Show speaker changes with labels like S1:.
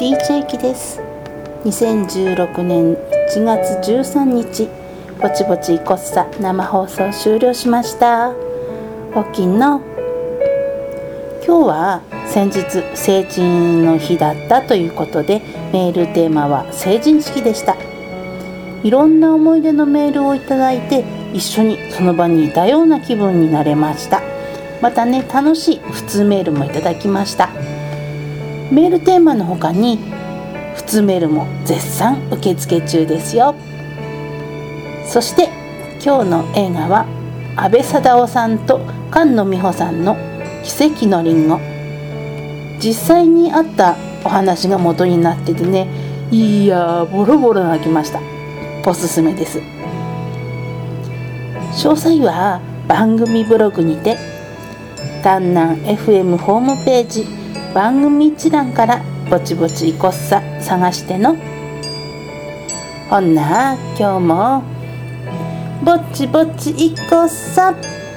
S1: DJ きです。2016年1月13日ぼちぼちいこっさ生放送終了しました。おきの今日は先日成人の日だったということで、メールテーマは成人式でした。いろんな思い出のメールをいただいて、一緒にその場にいたような気分になれました。またね、楽しい普通メールもいただきました。メールテーマの他に普通メールも絶賛受付中ですよ。そして今日の映画は阿部サダヲさんと菅野美穂さんの奇跡のリンゴ。実際にあったお話が元になっててね、いやボロボロ泣きました。おすすめです。詳細は番組ブログにて、丹南 FM ホームページ番組一覧からぼちぼちいこっさ探しての。ほんな今日もぼちぼちいこっさ。